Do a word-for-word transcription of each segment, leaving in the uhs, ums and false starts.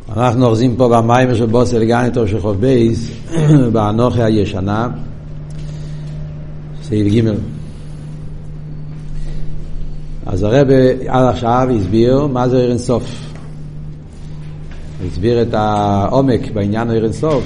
אנחנו אוחזים פה במים של בוס אלגניטור של חוב בייס באנוכי הישנה סעיף ג'. אז הרב עד עכשיו הסביר מה זה עיר אין סוף, הסביר את העומק בעניין עיר אין סוף,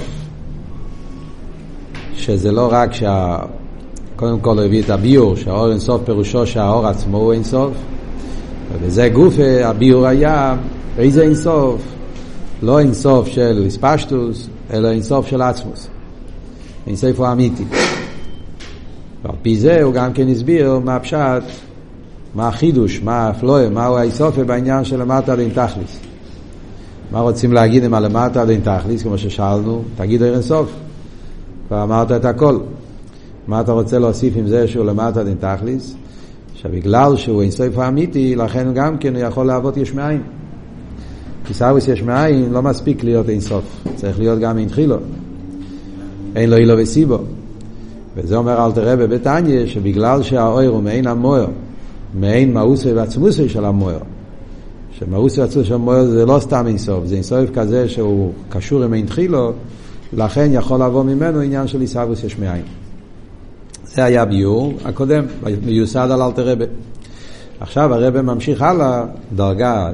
שזה לא רק שה... קודם כל הוא הביא את הביור שהאור אין סוף פירושו שהאור עצמו הוא אין סוף, ובזה גוף הביור היה איזה אין סוף, לא אין סוף של הספשטוס אלא אין סוף של עצמוס, אין סוף הוא אמיתי. ועל פי זה הוא גם כן הסביר מה הפשט, מה החידוש, מה הפלואה, מהו האיסופה בעניין של למטה עד אין תכליס. מה רוצים להגיד עם הלמטה עד אין תכליס? כמו ששאלנו, תגיד אין סוף, ואמרת את הכל. מה אתה רוצה להוסיף עם זה שהוא למטה עד אין תכליס? שבגלל שהוא אין סוף האמיתי, לכן גם כן הוא יכול לעבוד יש מאין. כי סאוויס יש מאין לא מספיק להיות אין סוף, צריך להיות גם אין תחילו, אין לו אילו וסיבו. וזה אומר אלתר רבי בתניא, שבגלל שהאור הוא מעין המויר, מעין מאוסי ועצמוסי של המויר, שמאוסי ועצמוסי של המויר זה לא סתם אין סוף, זה אין סוף כזה שהוא קשור עם אין תחילו, לכן יכול לבוא ממנו עניין של סאוויס יש מאין. זה היה ביור הקודם, מיוסד על אלתר רבי. עכשיו הרבי ממשיך הלאה, דרגה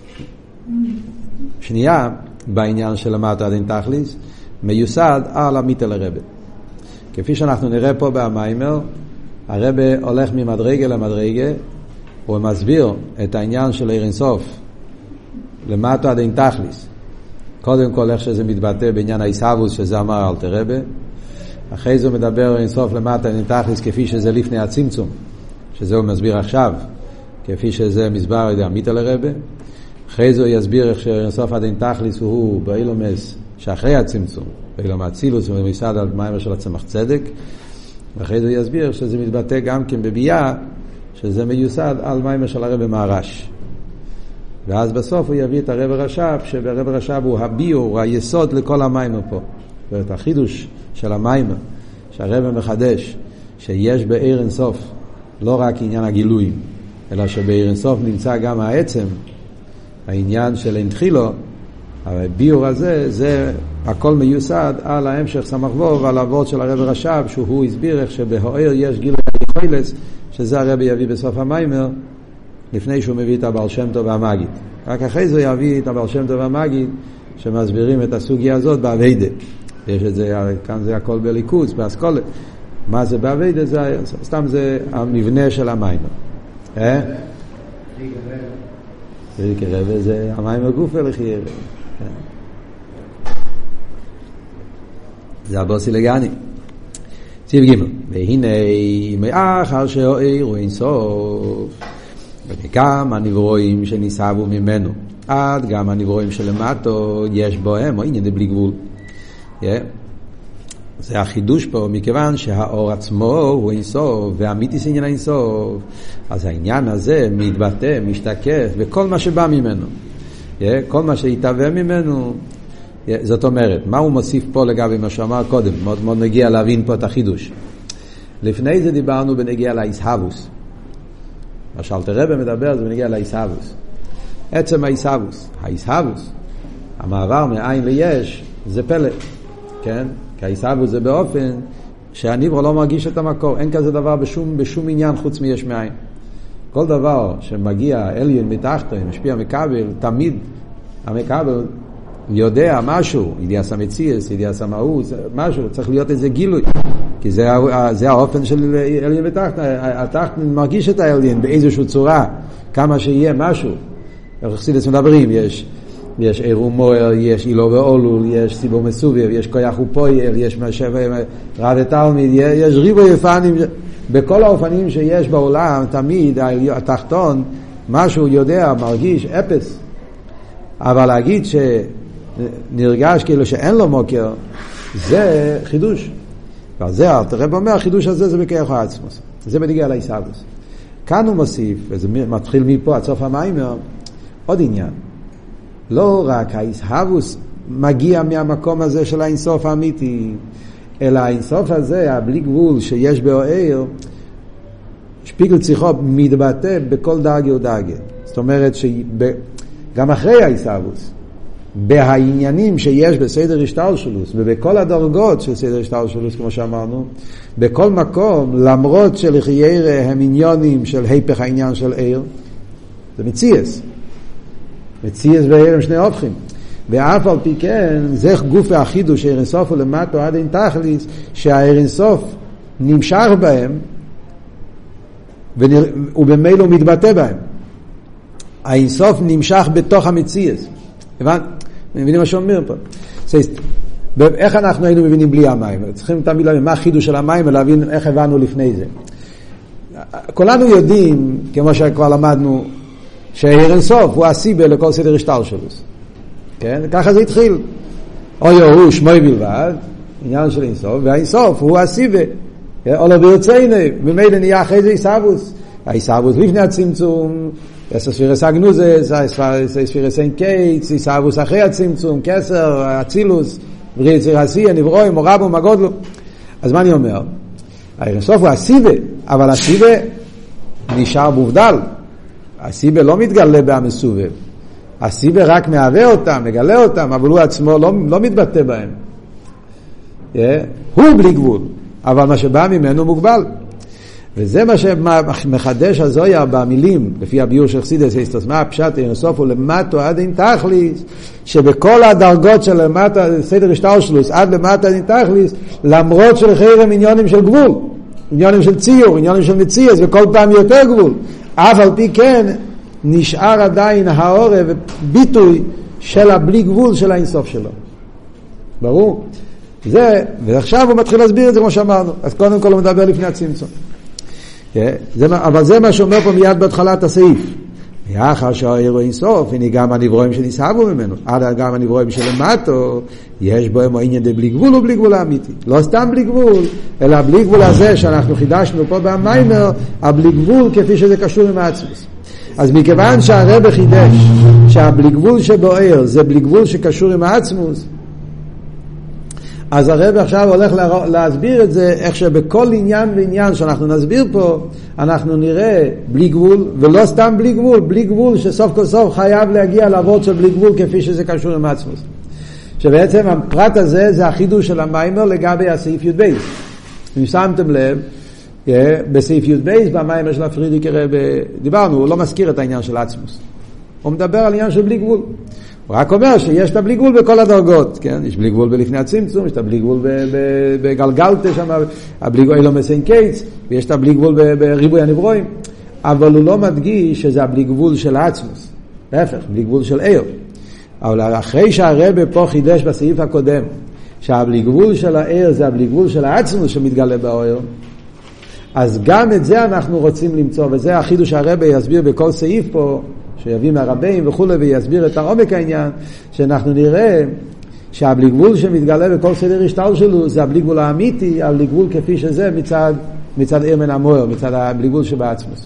שנייה בעניין של למטה עד אין תכליס, מיוסד על המיתל הרבי. כפי שאנחנו נראה פה במיימר, הרבי הולך ממדרגה למדרגה, הוא מסביר את העניין של עיר אין סוף למטה עד אין תכליס. קודם כל איך שזה מתבטא בעניין האיסהבוס, שזה אמר אלתר רבי, אחרי זה הוא מדבר אין סוף למטה עד אין תכליס כפי שזה לפני הצמצום, שזה הוא מסביר עכשיו, כפי שזה מסבר על ידי המיתל הרבי. אחרי זה הוא יסביר איך שאין סוף עד אין תכליס הוא באילומס שאחרי הצמצום, באילום האצילוס, הוא מיוסד על מיימר של הצמח צדק. ואחרי זה הוא יסביר שזה מתבטא גם כן בביאה, שזה מיוסד על מיימר של הרב מהר"ש. ואז בסוף הוא יביא את הרב רש"ב, שהרב רש"ב הוא הביור, הוא היסוד לכל המיימר פה. ואת החידוש של המיימר, שהרב מחדש, שיש בעיר אין סוף לא רק עניין הגילוי, אלא שבעיר אין סוף נמצא גם העצם, העניין של אין תחילו. הביור הזה, זה הכל מיוסד על ההמשך סמך וו ועל העבוד של הרב רש"ב, שהוא הסביר איך שבהאיר יש גילוי היכולת, שזה הרב יביא בסוף המיימר, לפני שהוא מביא את הבעל שם טוב והמגיד. רק אחרי זה יביא את הבעל שם טוב והמגיד, שמסבירים את הסוגיה הזאת בעבודה. יש את זה, כאן זה הכל בליכוז, באסכולת. מה זה בעבודה? זה, סתם זה המבנה של המיימר. אה? זה כרבא, זה המיימר גוף ולחי רבא. זה הבוסי לגני. ציב ג' והנה מאחר שהאיר הוא אין סוף, וגם הנברואים שניסבו ממנו עד גם הנברואים שלמטו יש בהם או עניין בלי גבול. yeah. זה החידוש פה, מכיוון שהאור עצמו הוא אין סוף והאמיתיס עניין אין סוף, אז העניין הזה מתבטא, משתקף וכל מה שבא ממנו, yeah. כל מה שיתהווה ממנו. yeah. זאת אומרת, מה הוא מוסיף פה לגבי מה שאמר קודם? מאוד מאוד נגיע להבין פה את החידוש. לפני זה דיברנו בנגיע לאיסהבוס, מה שאלתר רבי מדבר זה בנגיע לאיסהבוס, עצם האיסהבוס, האיסהבוס, המעבר מעין ליש, זה פלא, כן? כי האיסהבוס זה באופן שהניברו לא מרגיש את המקור, אין כזה דבר בשום, בשום עניין חוץ מיש מאין. כל דבר שמגיע אליין מתחתו, משפיע מקבל, תמיד המקבל יודע משהו, ידיעה סמציאס, ידיעה סמאות, משהו, צריך להיות איזה גילוי, כי זה, זה האופן של אליין ותחת, התחת מרגיש את האליין באיזושהי צורה, כמה שיהיה משהו. חסידות מדברים, יש, יש עיר ומוער, יש אילו ואולול, יש סיבור מסובב, יש כוח ופועל, יש רב תלמיד, יש ריבו יפנים, בכל האופנים שיש בעולם, תמיד התחתון, משהו יודע, מרגיש, אפס. אבל להגיד שנרגש כאילו שאין לו מוקר, זה חידוש. ועל זה אלתר רבי אומר, החידוש הזה זה בכוח העצמוס. זה בנגיע לאיסהבוס. כאן הוא מוסיף, וזה מתחיל מפה עד סוף המיימר, עוד עניין. לא רק האיסהבוס מגיע מהמקום הזה של האינסוף האמיתי, אלא האינסוף הזה, הבלי גבול שיש באוהר, שפיגל צריכו מתבטא בכל דרגה ודרגה. זאת אומרת שגם אחרי האיסהבוס, בהעניינים שיש בסדר השתלשלות ובכל הדרגות של סדר השתלשלות, כמו שאמרנו, בכל מקום, למרות שלחיירה הם עניונים של היפך העניין של עיר, זה מציאס. מציאס ועיר הם שני הופכים. ואף על פי כן, זה גוף האחידוש שעיר אינסוף הוא למטו עד אין תכליס, שהעיר אינסוף נמשך בהם, ובמילא הוא מתבטא בהם. האינסוף נמשך בתוך המציאס. הבנת? מבינים מה שאומר פה? איך אנחנו היינו מבינים בלי המים? צריכים תמיד להבין מה החידוש של המים ולהבין איך הבנו לפני זה. כולנו יודעים, כמו שכבר למדנו, שהעיר אינסוף הוא הסיבה לכל סדר השתלשלות. כן? ככה זה התחיל. אוי הוא שמוי בלבד, עניין של אינסוף, והאינסוף הוא הסיבה. או לא ברצינו, במילא נהיה אחרי זה איסאבוס. האיסאבוס לפני הצמצום, ספירס הגנוזס, ספירס אין קייץ, איסאבוס אחרי הצמצום, כסר, אצילוס, ברית צירסי, הנברואים, מורבו, מגודלו. אז מה אני אומר? האינסוף הוא הסיבה, אבל הסיבה נשאר מובדל. הסיבה לא מתגלה במסובב. הסיבה רק מהווה אותם, מגלה אותם, אבל הוא עצמו לא, לא מתבטא בהם. Yeah. הוא בלי גבול, אבל מה שבא ממנו מוגבל. וזה מה שמחדש הזויה במילים, לפי הביור של חסידס, הסתסמה הפשט אינסוף הוא למטו עד אין תכליס, שבכל הדרגות של למטה, סדר השתלשלות, עד למטה עד אין תכליס, למרות שלחיירם עניונים של גבול, עניונים של ציור, עניונים של מציאס, וכל פעם יותר גבול. אף על פי כן, נשאר עדיין העורב ביטוי של הבלי גבול של האינסוף שלו. ברור? זה, ועכשיו הוא מתחיל להסביר את זה כמו שאמרנו. אז קודם כל הוא מדבר לפני הצמצום. זה, אבל זה מה שאומר פה מיד בהתחלת הסעיף. יחר שהעיר הוא אינסוף, הנה גם הנברואים שנסעבו ממנו. עד גם הנברואים שלמטו, יש בו הם העניין די בלי גבול ובלי גבול האמיתי. לא סתם בלי גבול, אלא בלי גבול הזה שאנחנו חידשנו פה במיימר, הבלי גבול כפי שזה קשור עם העצמוס. אז מכיוון שהרב חידש שהבלי גבול שבוער זה בלי גבול שקשור עם העצמוס, אז הרב עכשיו הולך להסביר את זה איך שבכל עניין ועניין שאנחנו נסביר פה אנחנו נראה בלי גבול, ולא סתם בלי גבול, בלי גבול שסוף כל סוף חייב להגיע לעבוד של בלי גבול כפי שזה קשור עם העצמוס. שבעצם הפרט הזה זה החידוש של המיימר לגבי הסעיף י' בייס. אם שמתם לב, בסעיף י' בייס במיימר של הפרידיק דיברנו, הוא לא מזכיר את העניין של עצמוס, הוא מדבר על עניין של בלי גבול. הוא רק אומר שיש את הבלי גבול בכל הדרגות, כן? יש בלי גבול בלפני הצמצום, יש את הבלי גבול בגלגלתה שם, הבלי גבול לא מסין קייץ, ויש את הבלי גבול בריבוי הנברואים, אבל הוא לא מדגיש שזה הבלי גבול של העצמוס, להפך, בלי גבול של עיר. אבל אחרי שהרבא פה חידש בסעיף הקודם, שהבלי גבול של העיר זה הבלי גבול של העצמוס שמתגלה בעיר, אז גם את זה אנחנו רוצים למצוא, וזה החידוש שהרבא יסביר בכל סעיף פה, שיביא מהרבים וכו' ויסביר את העומק העניין, שאנחנו נראה שהבלי גבול שמתגלה בכל סדר השתל שלו, זה הבלי גבול האמיתי, הבלי גבול כפי שזה מצד, מצד עיר מן המויר, מצד הבלי גבול שבעצמוס.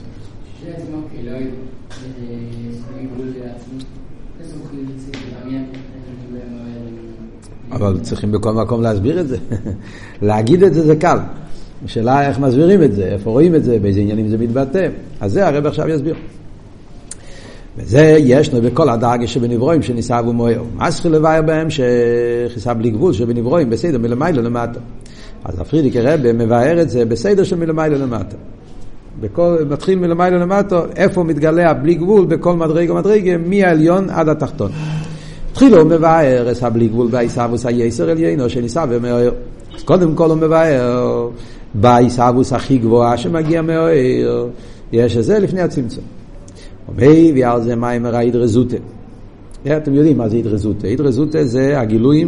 אבל צריכים בכל מקום להסביר את זה. להגיד את זה זה קל. השאלה איך מסבירים את זה, איפה רואים את זה, באיזה עניינים זה מתבטא. אז זה הרב עכשיו יסביר. וזה ישנו בכל הדרגה שבנברואים שניסבו מויר. מה צריך לבאר בהם שחיסה בלי גבול שבנברואים בסדר מלמעלה למטה. אז הפרידיק הרב מבאר את זה בסדר של מלמעלה למטה. בכל, מתחיל מלמעלה למטה, איפה מתגלה בלי גבול בכל מדרגה ומדרגה, מהעליון עד התחתון. התחילו הוא מבאר את הבלי גבול בעיסאבוס היסר עליינו שניסב ומאיר. אז קודם כל הוא מבאר בעיסאבוס הכי גבוהה שמגיע מאיר. יש את זה לפני הצמצום. ומי ועל זה מה אמרה הידרזותה. אתם יודעים מה זה הידרזותה. הידרזותה זה הגילויים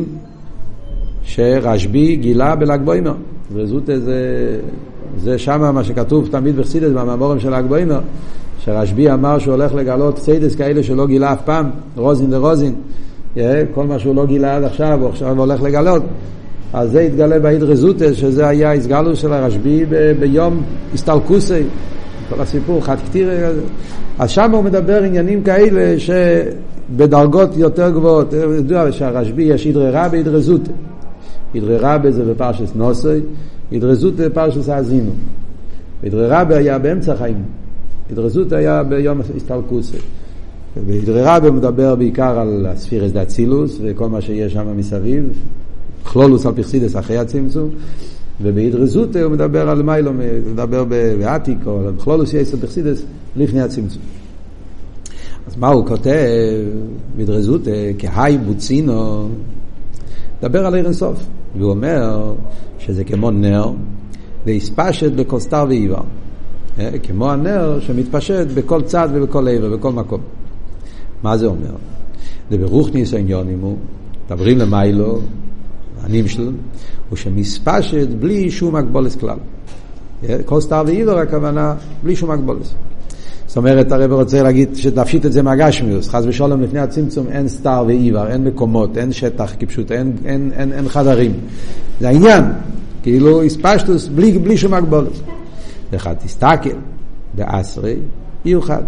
שרשבי גילה בל"ג בעומר. הידרזותה זה, זה שמה מה שכתוב תמיד בחסידות במאמרים של ל"ג בעומר, שרשבי אמר שהוא הולך לגלות חסידות כאלה שלא גילה אף פעם, רוזין דרוזין. כל מה שהוא לא גילה עד עכשיו, הוא עכשיו הולך לגלות. אז זה התגלה בהידרזותה, שזה היה הסגלו של הרשבי ב- ביום הסתלקוסי. כל הסיפור, חד כתיר. אז שם הוא מדבר עניינים כאלה שבדרגות יותר גבוהות. ידוע שהרשבי יש הידרי רבי, הידרי זוטה. הידרי רבי זה בפרשס נוסוי, הידרי זוטה בפרשס האזינו. הידרי רבי היה באמצע חיים. הידרי זוטה היה ביום הסתלקוסי. בהידרי רבי מדבר בעיקר על הספירס דאצילוס וכל מה שיש שם מסביב, כלולוס על פרסידס אחרי הצמצום, ובהידרי זוטה הוא מדבר על מיילו, הוא מדבר בעתיק או על כלולוס יסוד פרסידס לפני הצמצום. אז מה הוא כותב בהידרי זוטה? כהי בוצינו, מדבר על עיר אינסוף, והוא אומר שזה כמו נר והספשת בכל סתר ועיוור, כמו הנר שמתפשט בכל צד ובכל עבר, בכל מקום. מה זה אומר? לברוכניס העניונים הוא, דברים למיילו, הנמשל, הוא שמספשת בלי שום הגבולס כלל. כל סתר ועיוור הכוונה בלי שום הגבולס. זאת אומרת, הרב רוצה להגיד שתפשיט את זה מהגשמיוס, חס ושלום לפני הצמצום אין סתר ועיוור, אין מקומות, אין שטח כפשוט, אין, אין, אין, אין חדרים. זה העניין, כאילו הספשטוס בלי, בלי שום הגבולס. אחד תסתכל בעשרי יהיו אחד.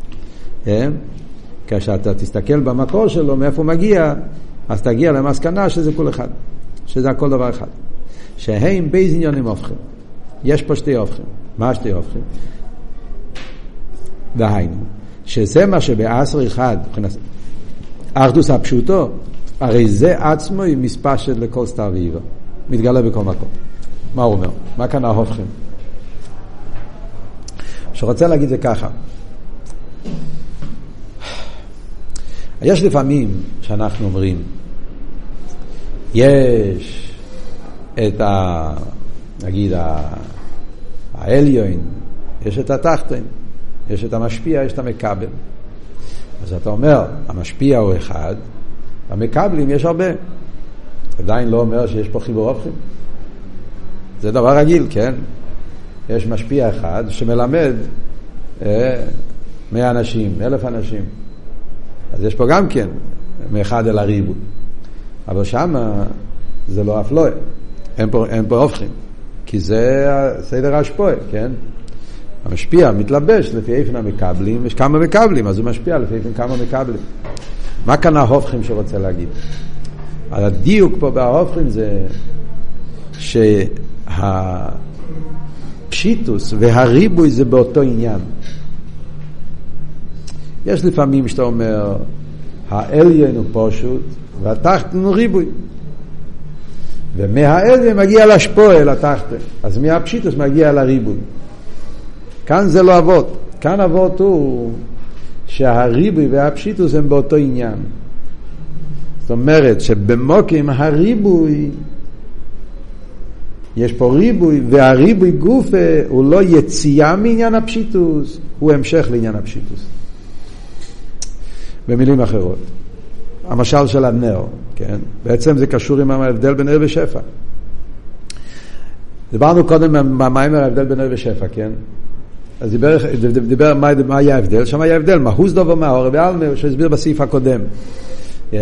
כשאתה תסתכל במקור שלו מאיפה הוא מגיע, אז תגיע למסקנה שזה כל אחד, שזה הכל דבר אחד, שהם בייז עניונים הופכים. יש פה שתי הופכים. מה שתי הופכים? דהיינו שזה מה שבעשרי אחד אחדוס הפשוטו, הרי זה עצמו היא מספשת לכל סתר ועיוור, מתגלה בכל מקום. מה הוא אומר? מה כאן ההופכים? שרוצה להגיד זה ככה, יש לפעמים שאנחנו אומרים יש את ה נגיד העליון, יש את התחתון, יש את המשפיע, יש את המקבל. אז אתה אומר המשפיע הוא אחד, המקבלים יש הרבה, עדיין לא אומר שיש פה חיבור הופכים. זה דבר רגיל, כן? יש משפיע אחד שמלמד אה, מאה אנשים, אלף אנשים. אז יש פה גם כן מאחד אל הריבוי. אבל שמה זה לא אף לא. אין פה, אין פה הופכים. כי זה סדר השפוע, כן? המשפיע מתלבש לפי איפן המקבלים, יש כמה מקבלים, אז הוא משפיע לפי איפן כמה מקבלים. מה כאן ההופכים שרוצה להגיד? הדיוק פה בהופכים זה שהפשיטוס והריבוי זה באותו עניין. יש לפעמים שאתה אומר העליון הוא פשוט והתחתון הוא ריבוי, ומהעליון מגיע לשפוע לתחתון, אז מהפשיטוס מגיע לריבוי. כאן זה לא אבות, כאן אבות הוא שהריבוי והפשיטוס הם באותו עניין. זאת אומרת שבמוקים הריבוי יש פה ריבוי, והריבוי גוף הוא לא יציאה מעניין הפשיטוס, הוא המשך לעניין הפשיטוס. במילים אחרות, המשל של הנר, כן? בעצם זה קשור עם ההבדל בין נר ושפע. דיברנו קודם במיימר ההבדל בין נר ושפע, כן? אז דיבר, דיבר מה, מה היה ההבדל? שם היה ההבדל, מה הוסדו ומה אור בעלמא, שהסביר בסעיף הקודם. Yeah.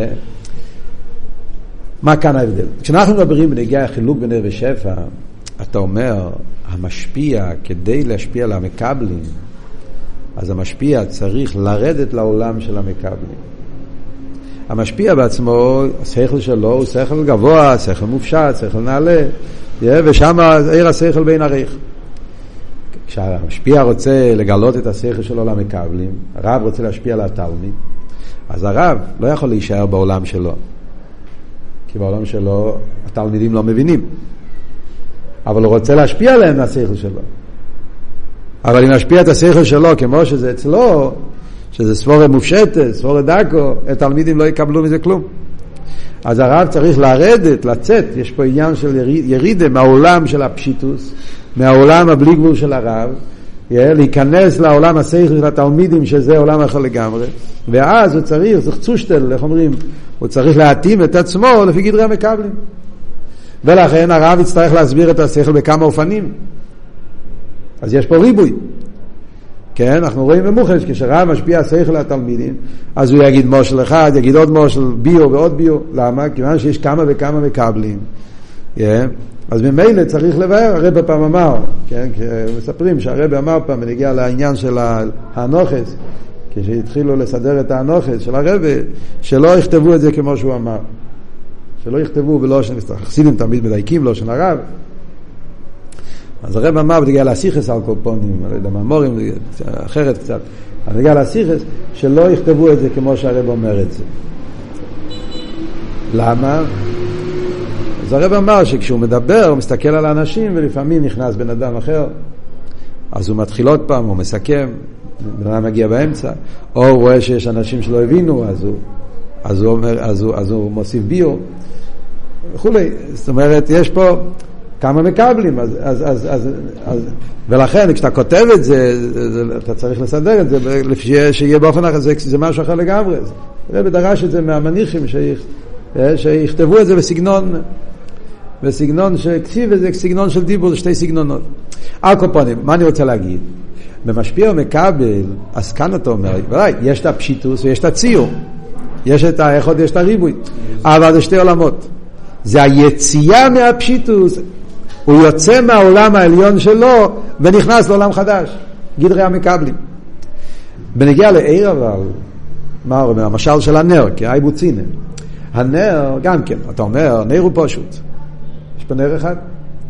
מה כאן ההבדל? כשאנחנו מדברים בנגיע החילוק בין נר ושפע, אתה אומר, המשפיע, כדי להשפיע על המקבלים, אז המשפיע צריך לרדת לעולם של המקבלים. המשפיע בעצמו, השכל שלו הוא שכל גבוה, שכל מופשט, שכל נעלה, ושם עיר השכל בין עריך. כשהמשפיע רוצה לגלות את השכל שלו למקבלים, הרב רוצה להשפיע על התלמיד, אז הרב לא יכול להישאר בעולם שלו, כי בעולם שלו התלמידים לא מבינים, אבל הוא רוצה להשפיע עליהם מהשכל שלו. אבל אם משפיע את השכל שלו כמו שזה אצלו, שזה ספורה מופשטת, ספורה דקו, התלמידים לא יקבלו מזה כלום. אז הרב צריך לרדת, לצאת, יש פה עניין של ירידה מהעולם של הפשיטוס, מהעולם הבלי גבול של הרב, להיכנס לעולם השכל של התלמידים, שזה עולם אחר לגמרי, ואז הוא צריך, זה צושטל, איך אומרים, הוא צריך להתאים את עצמו לפי גדרי המקבלים. ולכן הרב יצטרך להסביר את השכל בכמה אופנים. אז יש פה ריבוי. כן, אנחנו רואים במוחש, כשרב משפיע השכל לתלמידים, אז הוא יגיד מושל אחד, יגיד עוד מושל, ביו ועוד ביו. למה? כיוון שיש כמה וכמה מקבלים. כן? אז ממילא צריך לבאר, הרב פעם אמר, כן, מספרים שהרב אמר פעם, ונגיע לעניין של האנוכס, כשהתחילו לסדר את האנוכס של הרב, שלא יכתבו את זה כמו שהוא אמר. שלא יכתבו בלושן, חסידים תמיד מדייקים לושן הרב. אז הרב אמר, ותגיע להסיכס על קופונים, לא יודע, מאמורים, אחרת קצת, אבל נגיע לסיכס שלא יכתבו את זה כמו שהרב אומר את זה. למה? אז הרב אמר שכשהוא מדבר הוא מסתכל על האנשים ולפעמים נכנס בן אדם אחר, אז הוא מתחיל עוד פעם, הוא מסכם, בן אדם מגיע באמצע, או הוא רואה שיש אנשים שלא הבינו, אז הוא, אז הוא, אומר, אז הוא, אז הוא מוסיף ביור וכולי. זאת אומרת, יש פה כמה מקבלים, אז, אז, אז, אז, אז, ולכן כשאתה כותב את זה, אתה צריך לסדר את זה לפי שיהיה באופן אחר, זה, זה משהו אחר לגמרי. זה בדרש את זה מהמניחים שיכתבו את זה בסגנון, בסגנון שכתיב את זה סגנון של דיבור, זה שתי סגנונות. על כל פנים, מה אני רוצה להגיד? במשפיע ומקבל, אז כאן אתה אומר, בוודאי, יש את הפשיטוס ויש את הציור, יש את האחד ויש את הריבוי, אבל זה שתי עולמות. זה היציאה מהפשיטוס, הוא יוצא מהעולם העליון שלו ונכנס לעולם חדש, גדרי המקבלים. בנגיע לעיר אבל, מה הוא אומר? המשל של הנר, כי היי בוצינה. הנר, גם כן, אתה אומר, נר הוא פשוט. יש פה נר אחד.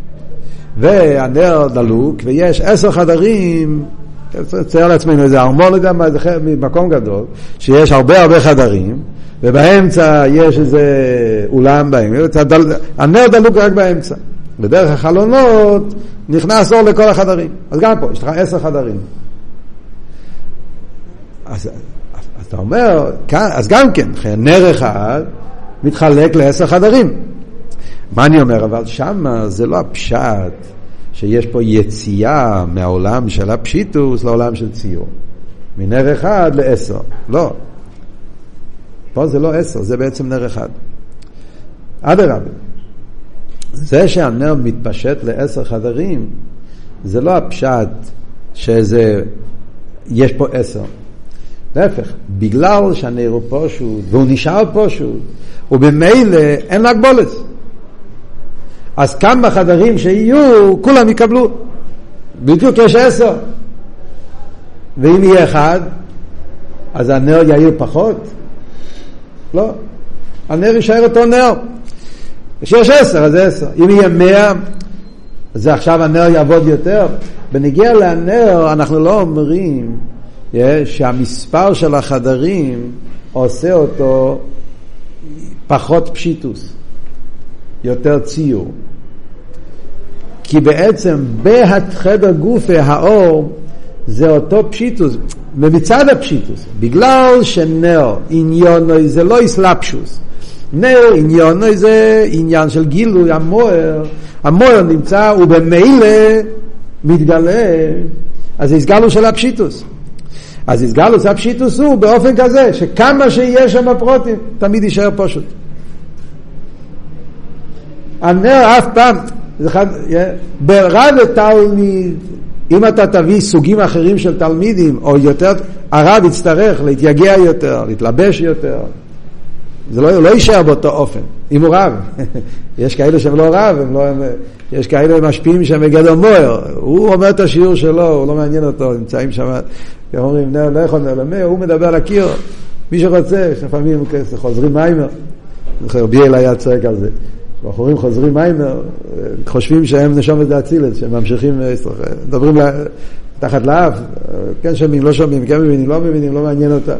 והנר דלוק, ויש עשר חדרים, צייר לעצמנו איזה ארמון, יודע מה, זה מקום גדול, שיש הרבה הרבה חדרים, ובאמצע יש איזה אולם בהם. הנר דלוק רק באמצע. בדרך החלונות נכנס אור לכל החדרים. אז גם פה, יש לך עשר חדרים. אז, אז אתה אומר, אז גם כן, נר אחד מתחלק לעשר חדרים. מה אני אומר? אבל שם זה לא הפשט שיש פה יציאה מהעולם של הפשיטוס לעולם של ציור. מנר אחד לעשר. לא. פה זה לא עשר, זה בעצם נר אחד. אדרבה. זה שהנר מתפשט לעשר חדרים, זה לא הפשט שזה, יש פה עשר. להפך, בגלל שהנר הוא פשוט, והוא נשאר פשוט, ובמילא אין לה גבולת. אז כמה חדרים שיהיו, כולם יקבלו. בדיוק יש עשר. ואם יהיה אחד, אז הנר יאיר פחות? לא. הנר יישאר אותו נר. כשיש עשר, אז עשר. אם יהיה מאה, אז עכשיו הנר יעבוד יותר. בנגיע לנר, אנחנו לא אומרים שהמספר של החדרים עושה אותו פחות פשיטוס. יותר ציור. כי בעצם בהתחדר גופה האור זה אותו פשיטוס, ומצד הפשיטוס, בגלל שנר עניונוי זה לא אסלאפשוס, נר עניונוי זה עניין של גילוי, המוער, המוער נמצא ובמילא מתגלה, אז זה הסגלו של הפשיטוס. אז הסגלו של הפשיטוס הוא באופן כזה שכמה שיש שם הפרוטים תמיד יישאר פשוט. הנר אף פעם, ברב תלמיד, אם אתה תביא סוגים אחרים של תלמידים, או יותר, הרב יצטרך להתייגע יותר, להתלבש יותר. זה לא, לא יישאר באותו אופן. אם הוא רב, יש כאלה שהם לא רב, הם לא, הם, יש כאלה משפיעים שהם בגדר מוער. הוא אומר את השיעור שלו, הוא לא מעניין אותו, נמצאים שם, הם אומרים, נר לא יכול ללמד, הוא מדבר על הקיר. מי שרוצה, לפעמים חוזרים מיימר. רבי אל היה צועק על זה. בחורים חוזרים מיימר, חושבים שהם נשום את האצילת, שהם ממשיכים, מדברים תחת לאף, כן שומעים, לא שומעים, כן מבינים, לא מבינים, לא מעניין אותם.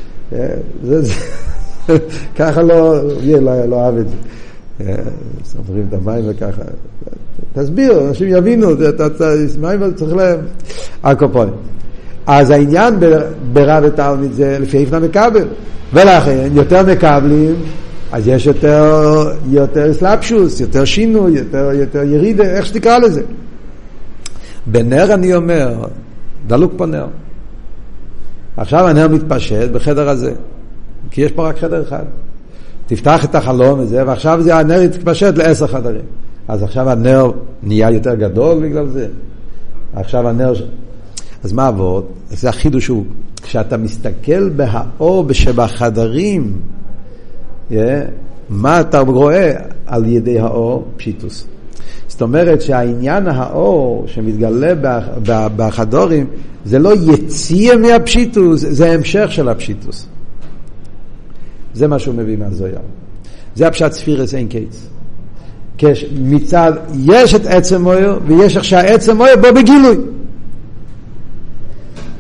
ככה לא, לא אהב את זה. סופרים את המים וככה. תסביר, אנשים יבינו, מיימר צריך להם. הקופונים. אז העניין ברב ותלמיד זה לפי איפנה מקבל. ולכן, יותר מקבלים, אז יש יותר, יותר סלאפשוס, יותר שינוי, יותר, יותר ירידה, איך שתקרא לזה. בנר אני אומר, דלוק פה נר. עכשיו הנר מתפשט בחדר הזה, כי יש פה רק חדר אחד. תפתח את החלום הזה, ועכשיו זה הנר יתפשט לעשר חדרים. אז עכשיו הנר נהיה יותר גדול בגלל זה. עכשיו הנר... אז מה עבוד? זה החידוש הוא, כשאתה מסתכל בהאור שבחדרים, Yeah, מה אתה רואה על ידי האור? פשיטוס. זאת אומרת שהעניין האור שמתגלה בחדורים זה לא יציאה מהפשיטוס, זה המשך של הפשיטוס. זה מה שהוא מביא מהזויר. זה הפשט ספירס אין קייץ. מצד יש את עצם מויר ויש איך שהעצם מויר בו בגילוי.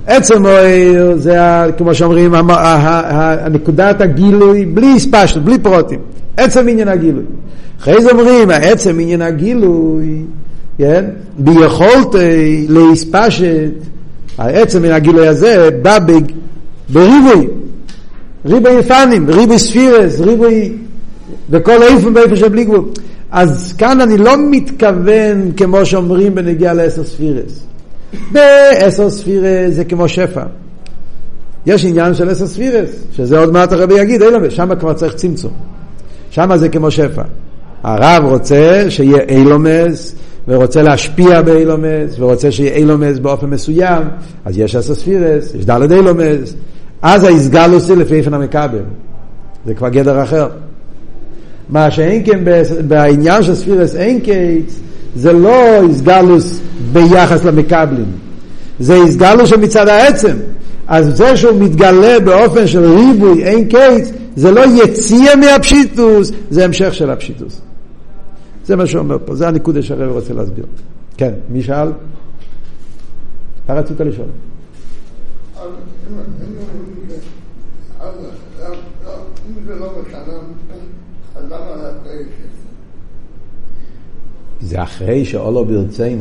עצם אויר זה כמו שאומרים הנקודת הגילוי בלי הספשטות, בלי פרוטים, עצם עניין הגילוי. אחרי זה אומרים העצם עניין הגילוי ביכולת להספשט, העצם עניין הגילוי הזה בא בריבוי, ריבוי פנים, ריבוי ספירס, ריבוי בכל איפה באיפה של בלי גבול. אז כאן אני לא מתכוון כמו שאומרים בנגיע לעשר ספירס. בעשר ספירס זה כמו שפע. יש עניין של עשר ספירס, שזה עוד מעט הרבי יגיד, אילומס, שם כבר צריך צמצום. שם זה כמו שפע. הרב רוצה שיהיה אילומס, ורוצה להשפיע באילומס, ורוצה שיהיה אילומס באופן מסוים, אז יש עשר ספירס, יש דלת אילומס, אז ההסגלוס זה לפי איפן המקבל. זה כבר גדר אחר. מה שאין כן בעניין של ספירס אין קיץ, זה לא הסגלוס ביחס למקבלים, זה הסגלוס שמצד העצם. אז זה שהוא מתגלה באופן של ריבוי אין קיץ, זה לא יציאה מהפשיטוס, זה המשך של הפשיטוס. זה מה שאומר פה, זה הנקודה שהרב רוצה להסביר. כן, מי שאל? אתה רצית לשאול. אם זה לא משנה, אז למה אחרי זה? זה אחרי שאולו ברציינה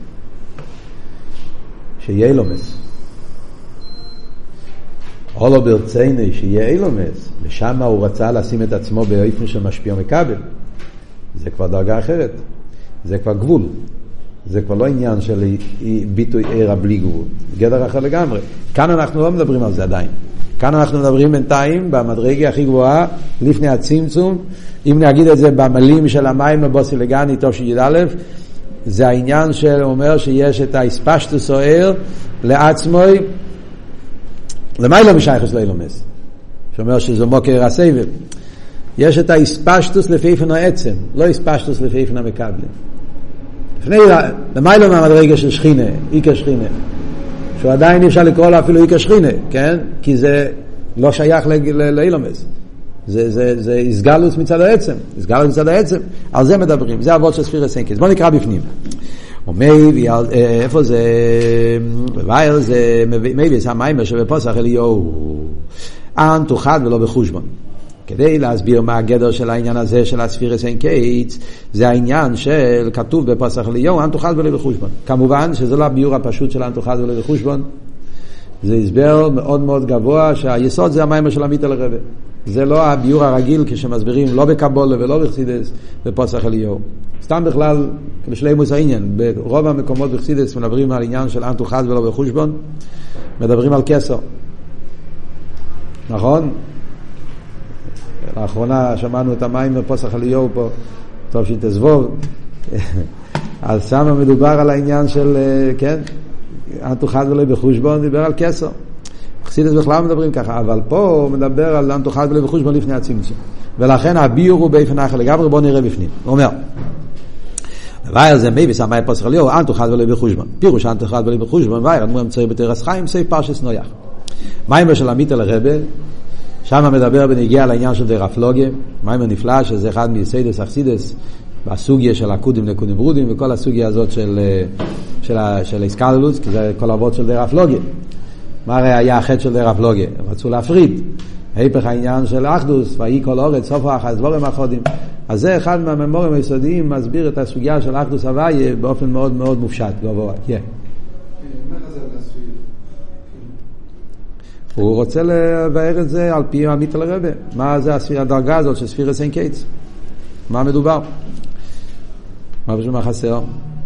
שיהיה אילומס, אולו ברציינה שיהיה אילומס, ושם הוא רצה לשים את עצמו באופן שמשפיע מקבל. זה כבר דרגה אחרת, זה כבר גבול, זה כבר לא עניין של ביטוי עירה בלי גבול, גדר אחר לגמרי. כאן אנחנו לא מדברים על זה עדיין, כאן אנחנו מדברים בינתיים במדרגה הכי גבוהה לפני הצמצום. אם נגיד את זה במלים של המים לבוסי לגני טוב שיד א', זה העניין שאומר שיש את ההספשטוס אוהר לעצמוי למה לא משייכס לא אילומס, שאומר שזו מוקר הסבל. יש את ההספשטוס לפי איפן העצם, לא הספשטוס לפי איפן המקבלים. לפני למה לא מהמדרגה של שכינה, איקה שכינה, שהוא עדיין אפשר לקרוא לה אפילו איקה שכינה, כן? כי זה לא שייך לאילומס, זה, זה, זה הסגלוס מצד העצם, הסגלוס מצד העצם, על זה מדברים, זה אבות של ספירס אין קיץ. בוא נקרא בפנים. ומייבי, איפה זה, בבאר זה, מייבי זה המיימר שבפוסח אליהו, אנ תוחד ולא בחושבון. כדי להסביר מה הגדר של העניין הזה של הספירס אין קיץ, זה העניין של כתוב בפוסח אליהו, אנ תוחד ולא בחושבון. כמובן שזה לא הביור הפשוט של אנ תוחד ולא בחושבון, זה הסבר מאוד מאוד גבוה, שהיסוד זה המיימר של עמית אל רבי. זה לא הביור הרגיל כשמסבירים לא בקבולה ולא בחסידס בפוסח אליהו. סתם בכלל בשלימוס העניין, ברוב המקומות בחסידס מדברים על עניין של אנ תוחד ולא בחושבון, מדברים על כסר, נכון? לאחרונה שמענו את המים בפוסח אליהו פה, טוב שתזבוב, אז שם מדובר על העניין של, כן, אנ תוחד ולא בחושבון, דיבר על כסר. חסידס בכלל מדברים ככה, אבל פה הוא מדבר על אנ תוחד ולא בחושבון לפני הצמצום, ולכן הביור הוא באופן אחר לגמרי. בוא נראה בפנים. הוא אומר ואיר זה מי ושמאי פוסח אליהו אנ תוחד ולא בחושבון, פירוש אנ תוחד ולא בחושבון ואיר אדמו אמצעי בתרס חיים סייף פרשס נויח. מיימר של עמית אל רבי, שם מדבר בנגיע לעניין של דר הפלוגיה, מיימר נפלא שזה אחד מיסיידס אכסידס בסוגיה של הקודים לקודים ברודים, וכל הסוגיה הזאת של של של איסקללוס, כי זה כל אבות של דר הפלוגיה. מה הרי היה החטא של דר הפלוגיה? רצו להפריד, היפך העניין של אחדוס, ויהי כל אורץ סוף אחת דבורים אחדים. אז זה אחד מהממורים היסודיים מסביר את הסוגיה של אחדוס הוויה באופן מאוד מאוד מופשט גבוה. כן. הוא רוצה לבאר את זה על פי עמית אל רבי. מה זה הדרגה הזאת של ספירס אין קיץ? מה מדובר? מה בשביל מה חסר?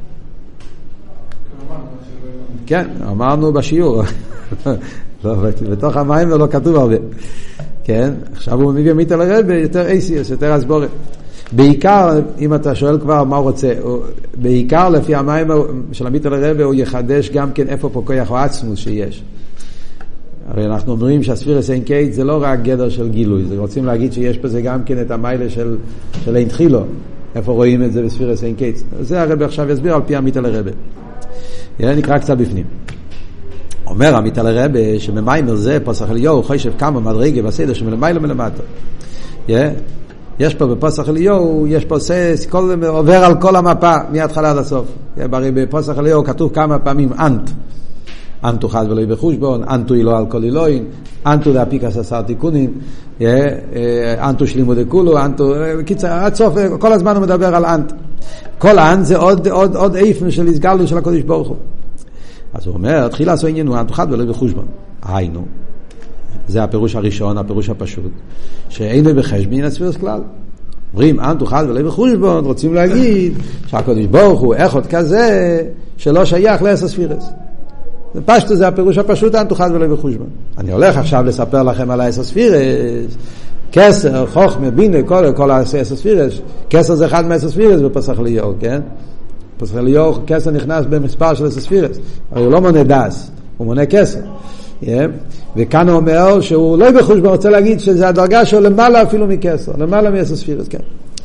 כן, אמרנו בשיעור. בתוך המים ולא כתוב הרבה. כן, עכשיו הוא מביא עמית אל רבי יותר אייסיוס, יותר הסבורת. בעיקר, אם אתה שואל כבר מה הוא רוצה, בעיקר לפי המים של עמית אל רבי הוא יחדש גם כן איפה פה כוח או עצמוס שיש. הרי אנחנו אומרים שהספירס אין קיץ זה לא רק גדר של גילוי, זה רוצים להגיד שיש בזה גם כן את המיילה של, של אין תחילו. איפה רואים את זה בספירס אין קיץ? זה הרבי עכשיו יסביר על פי עמית אל רבי. נקרא קצת בפנים. אומר עמית אל רבי שממיימר זה פוסח אליהו חושב כמה מדרגה בסדר שמלמיילה מלמטה. יש פה בפוסח אליהו, יש פה סס, כל, עובר על כל המפה מההתחלה עד הסוף. הרי בפוסח אליהו כתוב כמה פעמים אנט. אנטו חד ולא בחושבון, אנטו אילו על כל אילוין, אנטו דאפיקס עשר תיקונים, אנטו שלימו דקולו, אנטו, קיצר, עד סוף, כל הזמן הוא מדבר על אנט. כל האנט זה עוד, עוד, עוד איפן של הסגלו של הקודש ברוך הוא. אז הוא אומר, תחילה עשו עניינו, אנטו חד ולא בחושבון. היינו, זה הפירוש הראשון, הפירוש הפשוט, שאינו בחשבון הספירס כלל. אומרים, אנטו חד ולא בחושבון, רוצים להגיד שהקודש ברוך הוא אחד כזה שלא שייך לעשר ספירס. זה פשטו, זה הפירוש הפשוט, אנטו חד ולא בחושבון. אני הולך עכשיו לספר לכם על העשר ספירס, כסר, חוכמה, בינה, כל, כל העשר ספירס. כסר זה אחד מהעשר ספירס בפסח ליאור, כן? פסח ליאור, כסר נכנס במספר של עשר ספירס. הרי הוא לא מונה דס, הוא מונה כסר. Yeah. וכאן הוא אומר שהוא לא בחושבון, רוצה להגיד שזה הדרגה שלו למעלה אפילו מכסר, למעלה מעשר ספירס, כן.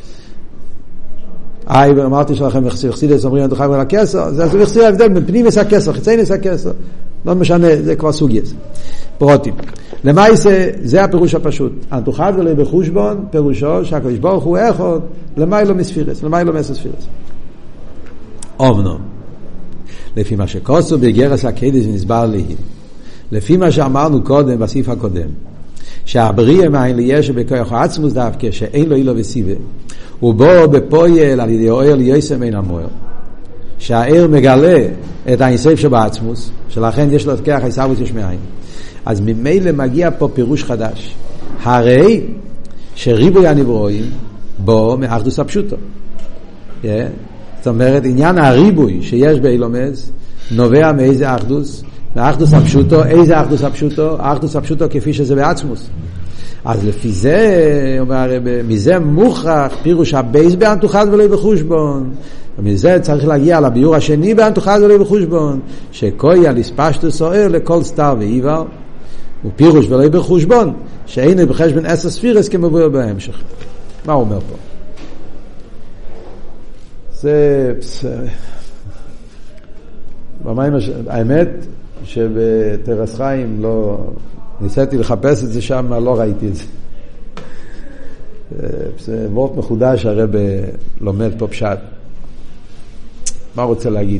איי, אמרתי שלכם, חסידס אומרים, אנטו חד ולא כסר, זה חסידס ההבדל בין פנים עשה כסר, חיצי נסע כסר. לא משנה, זה כבר סוגייס. פרוטים. למעשה, זה הפירוש הפשוט. אנטו חד ולא בחושבון, פירושו שהקדוש ברוך הוא אחד, למעלה מספירס, למעלה מעשר ספירס. אומנם, לפי מה שכוסו בגרס הקדש נסבר לי, לפי מה שאמרנו קודם בסעיף הקודם, שהבריא מאין ליש בכוח העצמוס דווקא שאין לו אילו וסיבה, ובו בפועל על ידי אוהל יסם אין המועל, שהאר מגלה את האינסוף שבעצמוס, שלכן יש לו את כוח הישאבות יש מאין. אז ממילא מגיע פה פירוש חדש, הרי שריבוי הנברואים בו מאחדוס הפשוטו. yeah. זאת אומרת, עניין הריבוי שיש באילומס נובע מאיזה אחדוס? האחדוס הפשוטו, איזה אחדוס הפשוטו? האחדוס הפשוטו כפי שזה בעצמוס. אז לפי זה, אומר, מזה מוכרח פירוש הבייס באנטו חד ולא בחושבון. ומזה צריך להגיע לביור השני באנטו חד ולא בחושבון, שכוי על הספשטו סוער לכל סתר ואיבר, ופירוש ולא בחושבון, שאין בחשבון עשר ספירס כמבואר בהמשך. מה הוא אומר פה? זה... במים, האמת, שבתרס חיים לא ניסיתי לחפש את זה שם, לא ראיתי את זה. זה וורט מחודש, הרב לומד פה פשט. מה רוצה להגיד?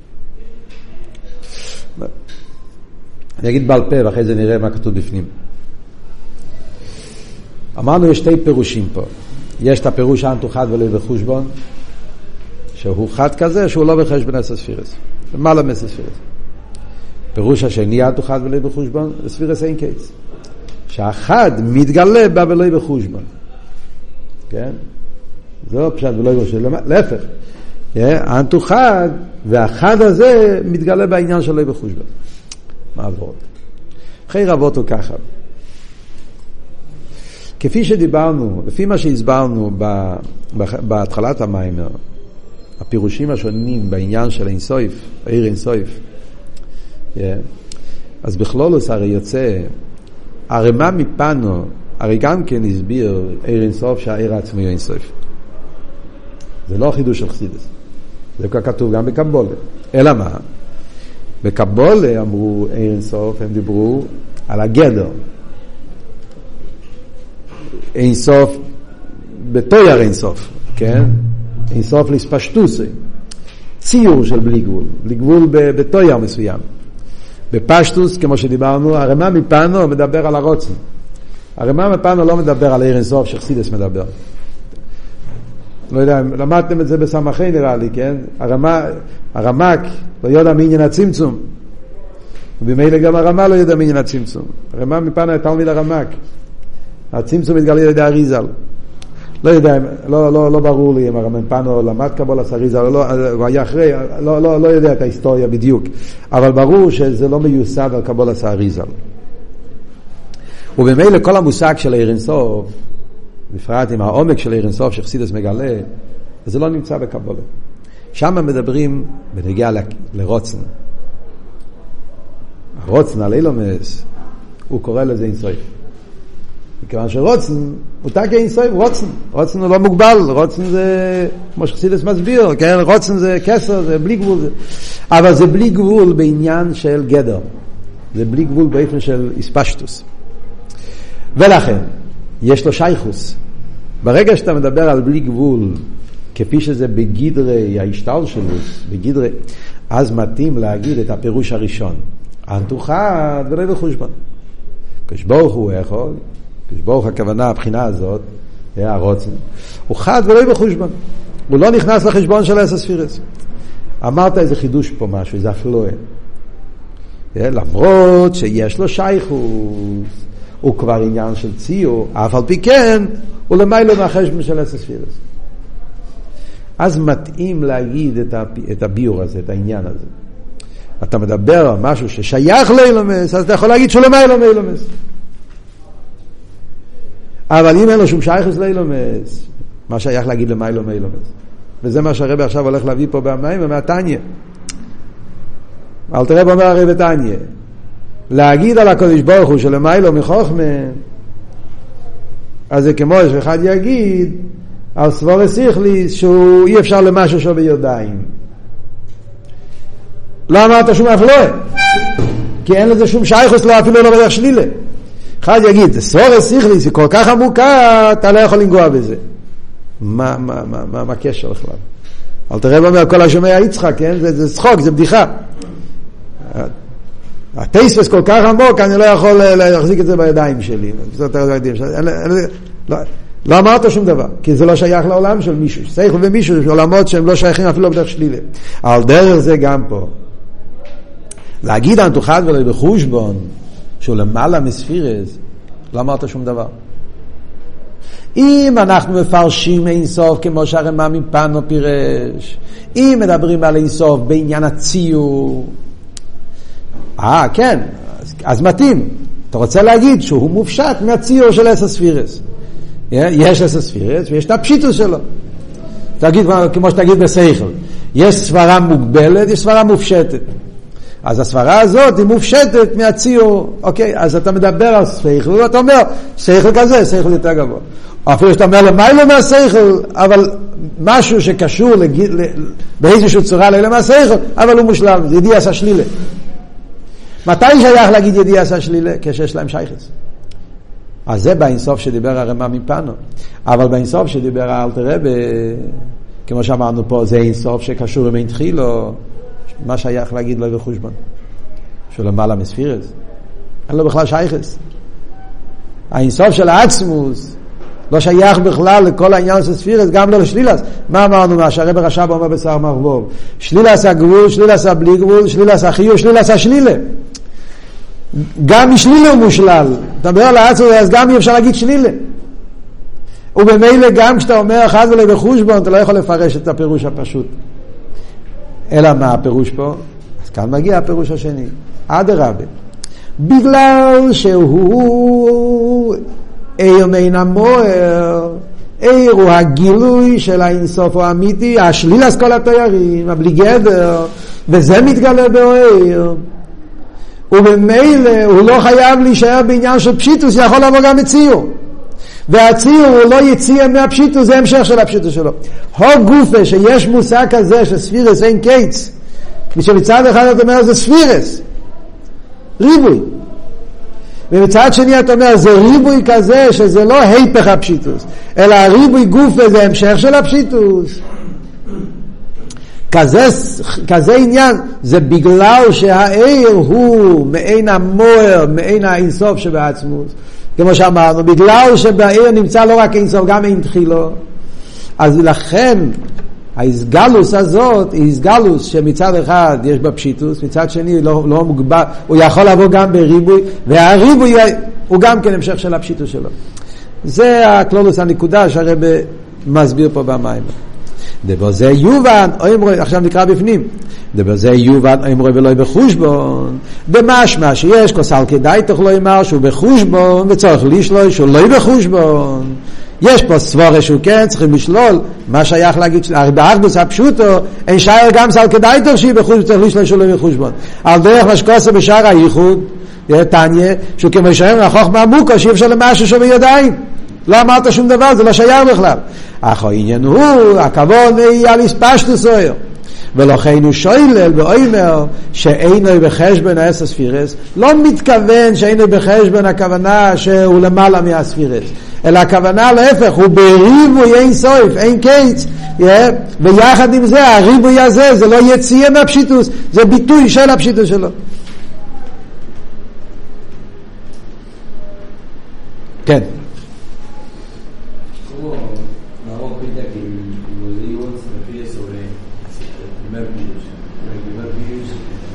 אני אגיד בעל פה ואחרי זה נראה מה כתוב בפנים. אמרנו יש שתי פירושים פה. יש את הפירוש אנטו חד ולא בחושבון, שהוא חד כזה שהוא לא בחשבון עשר ספירס. למעלה מעשר ספירס. פירוש השני אנטו חד ולא בחושבון, ספירס אין קייס. שהחד מתגלה בה ולא בחושבון. כן? זה לא פשט ולא בחושבון. להפך. אנטו חד, והחד הזה מתגלה בעניין שלא בחושבון. מה עבוד? אחרי רבות הוא ככה. כפי שדיברנו, לפי מה שהסברנו בהתחלת המיימר, הפירושים השונים בעניין של אינסויף, עיר אינסויף, yeah. אז בכלולוס הרי יוצא, הרי מה מפנו, הרי גם כן הסביר עיר אינסוף שהעיר עצמי הוא אינסויף. זה לא חידוש של חסידס. זה כבר כתוב גם בקבולה. אלא מה? בקבולה אמרו עיר אינסוף, הם דיברו על הגדר. אינסוף בתויר אינסוף, כן? אינסוף לספשטוסי. ציור של בלי גבול. בלי גבול בתויר מסוים. בפשטוס, כמו שדיברנו, הרמה מפנו מדבר על הרוצן. הרמה מפנו לא מדבר על עיר אינסוף שחסידס מדבר. לא יודע, למדתם את זה בסמכי נראה לי, כן? הרמה, הרמק לא יודע מעניין הצמצום. ובמילא גם הרמה לא יודע מעניין הצמצום. הרמה מפנו היה תלמיד הרמק. הצמצום מתגלה על ידי אריזל. לא יודע, לא, לא, לא ברור לי אם הרמן פנו למד קבולת אריזל, לא, הוא היה אחרי, לא, לא, לא יודע את ההיסטוריה בדיוק. אבל ברור שזה לא מיוסד על קבולת אריזל. ובמילא כל המושג של עיר אינסוף, בפרט עם העומק של עיר אינסוף שחסידס מגלה, זה לא נמצא בקבולה. שם מדברים בנגיע לרוצן. הרוצן, על אילומס, הוא קורא לזה אינסוף. מכיוון שרוצן, הוא תקה אינסוף, רוצן. רוצן הוא לא מוגבל, רוצן זה, כמו שחסידס מסביר, כן? רוצן זה כסר, זה בלי גבול. זה. אבל זה בלי גבול בעניין של גדר. זה בלי גבול באופן של איספשטוס. ולכן, יש לו שייכוס. ברגע שאתה מדבר על בלי גבול, כפי שזה בגדרי ההשתלשלות, בגדרי, אז מתאים להגיד את הפירוש הראשון. אנטו חד ולא בחושבון. כשברוך הוא יכול, כשברוך הכוונה, הבחינה הזאת, הרוצן, הוא חד ולא בחושבון. הוא לא נכנס לחשבון של עשר ספירס. אמרת איזה חידוש פה משהו, איזה אפלואה. למרות שיש לו שייכות, הוא כבר עניין של ציור, אף על פי כן, הוא למיילו מהחשבון של עשר ספירס. אז מתאים להגיד את הביור הזה, את העניין הזה. אתה מדבר על משהו ששייך לאילומס, אז אתה יכול להגיד שהוא למיילו מאילומס. אבל אם אין לו שום שייכות לאילומס, מה שייך להגיד למיילו מאילומס? וזה מה שהרבא עכשיו הולך להביא פה במים ומהתניא. אל תראה אומר הרי בתניא. להגיד על הקדוש ברוך הוא שלמיילו מחוכמה, אז זה כמו שאחד יגיד על סבור שכלי שהוא אי אפשר למשהו שהוא בידיים. לא אמרת שום אפלואה, כי אין לזה שום שייכות, לא אפילו לא בדרך שלילה. אחד יגיד, סבור שכלי זה כל כך עמוקה, אתה לא יכול לנגוע בזה. מה, מה, מה, מה, מה הקשר בכלל? אל תראה אומר כל השומע יצחק, כן? זה, זה צחוק, זה בדיחה. הטייספס כל כך עמוק, אני לא יכול להחזיק את זה בידיים שלי. לא, לא אמרת שום דבר, כי זה לא שייך לעולם של מישהו. שייך למישהו, עולמות שהם לא שייכים אפילו בדרך שלילה. על דרך זה גם פה. להגיד אנטו חד ולא בחושבון, שהוא למעלה מספירס, לא אמרת שום דבר. אם אנחנו מפרשים אינסוף כמו שהרמ"א מפנו פירש, אם מדברים על אינסוף בעניין הציור, אה כן, אז, אז מתאים. אתה רוצה להגיד שהוא מופשט מהציור של עשר ספירס. יש עשר ספירס ויש את הפשיטוס שלו. תגיד כמו שתגיד בסייכל, יש סברה מוגבלת, יש סברה מופשטת. אז הסברה הזאת היא מופשטת מהציור. אוקיי, אז אתה מדבר על סייכל, ואתה אומר, סייכל כזה, סייכל יותר גבוה. אפילו שאתה אומר למיילו מהסייכל, אבל משהו שקשור לגיד, באיזושהי צורה לילה מהסייכל, אבל הוא מושלם, זה ידיע עשה שלילה. מתי שייך להגיד ידיע עשה שלילה? כשיש להם שייכס. אז זה באינסוף שדיבר הרמ"א מפנו. אבל באינסוף שדיבר האלטר רבי, כמו שאמרנו פה, זה אינסוף שקשור עם התחילו, מה שייך להגיד לא בחושבון? שלמעלה מספירס. אין לו בכלל שייכס. האינסוף של העצמוס, לא שייך בכלל לכל העניין של ספירס, גם לא לשלילס. מה אמרנו? מה שהרבא רש"ב אומר בשר מרבוב? שלילס הגבול, שלילס הבלי גבול, שלילס החיוב, שלילס השלילה. גם משלילה הוא מושלל. אתה מדבר על העצמוס, אז גם אי אפשר להגיד שלילה. ובמילא גם כשאתה אומר אחד ולא בחושבון, אתה לא יכול לפרש את הפירוש הפשוט. אלא מה הפירוש פה? אז כאן מגיע הפירוש השני. אדרבה. בגלל שהוא איר מן המוער, איר הוא הגילוי של האינסוף האמיתי, השלילס כל התוארים, הבלי גדר, וזה מתגלה באיר. ובמילא הוא לא חייב להישאר בעניין של פשיטוס, יכול לבוא גם מציור. והציור הוא לא יציע מהפשיטוס, זה המשך של הפשיטוס שלו. הו גופה שיש מושג כזה שספירס אין קיץ, מצד אחד אתה אומר זה ספירס, ריבוי. ומצד שני אתה אומר זה ריבוי כזה שזה לא היפך הפשיטוס, אלא הריבוי גופה זה המשך של הפשיטוס. כזה, כזה עניין, זה בגלל שהאיר הוא מעין המוער, מעין האינסוף שבעצמוס. כמו שאמרנו, בגלל שבאיר נמצא לא רק אינסוף, גם אין תחילו. אז לכן, ההסגלוס הזאת, היא הסגלוס שמצד אחד יש בה פשיטוס, מצד שני לא, לא מוגבל, הוא יכול לבוא גם בריבוי, והריבוי הוא גם כן המשך של הפשיטוס שלו. זה הכלולוס הנקודה שהרבא מסביר פה במים. דבר זה יובן, עכשיו נקרא בפנים, דבר זה יובן, אמרו ולא בחושבון, במשמע שיש כוסל כדאי תוכלו אמר שהוא בחושבון, וצורך לשלול שהוא לא בחושבון. יש פה סבורה שהוא כן, צריכים לשלול, מה שייך להגיד, באחדוס הפשוטו, אין שייר גם סל כדאי תוך שהיא בחושבון, צריך לשלול שהוא לא בחושבון. על דרך מה שקוסה בשאר הייחוד, תניה, שהוא כמו שייר החוכמה עמוקה, שאי אפשר למשהו שהוא בידיים. לא אמרת שום דבר, זה לא שייך בכלל. אך העניין הוא, הכוון היא על הספשטוס אויר. ולכן הוא שוילל ואומר שאינו בחשבון העשר ספירס, לא מתכוון שאינו בחשבון הכוונה שהוא למעלה מהספירס, אלא הכוונה להפך, הוא בריבוי אין סוף, אין קיץ, ויחד עם זה, הריבוי הזה, זה לא יציאה מהפשיטוס, זה ביטוי של הפשיטוס שלו. כן. ¿Cómo me hago cuenta que los digo se refiere sobre el primer virus? El primer virus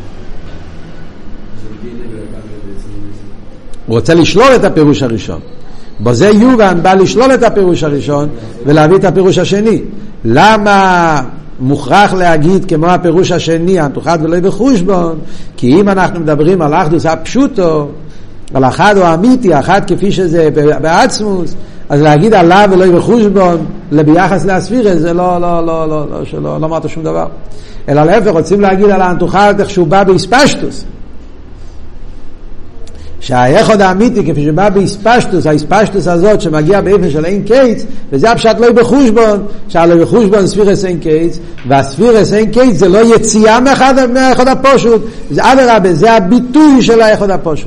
se entiende, pero cambia de decir. הוא רוצה לשלול את הפירוש הראשון. בזה יובן בא לשלול את הפירוש הראשון ולהביא את הפירוש השני. למה מוכרח להגיד כמו הפירוש השני, המתוחד ולא בחושבון? כי אם אנחנו מדברים על אחדוס הפשוטו, על אחד או אמיתי, אחד כפי שזה בעצמוס, אז להגיד עליו ולא בחושבון ביחס להספירה, זה לא, לא, לא, לא, לא, שלא, לא אמרת שום דבר. אלא להפך, רוצים להגיד על המתוחד איך שהוא בא בהספשטוס. שהאחד האמיתי כפי שבא בהספשטוס, ההספשטוס הזאת שמגיע באופן של אין קיץ, וזה הפשט לא בחושבון, שהלא בחושבון ספירס אין קיץ, והספירס אין קיץ זה לא יציאה מאחד, מהאחד הפשוט, זה אדרבה, זה הביטוי של האחד הפשוט.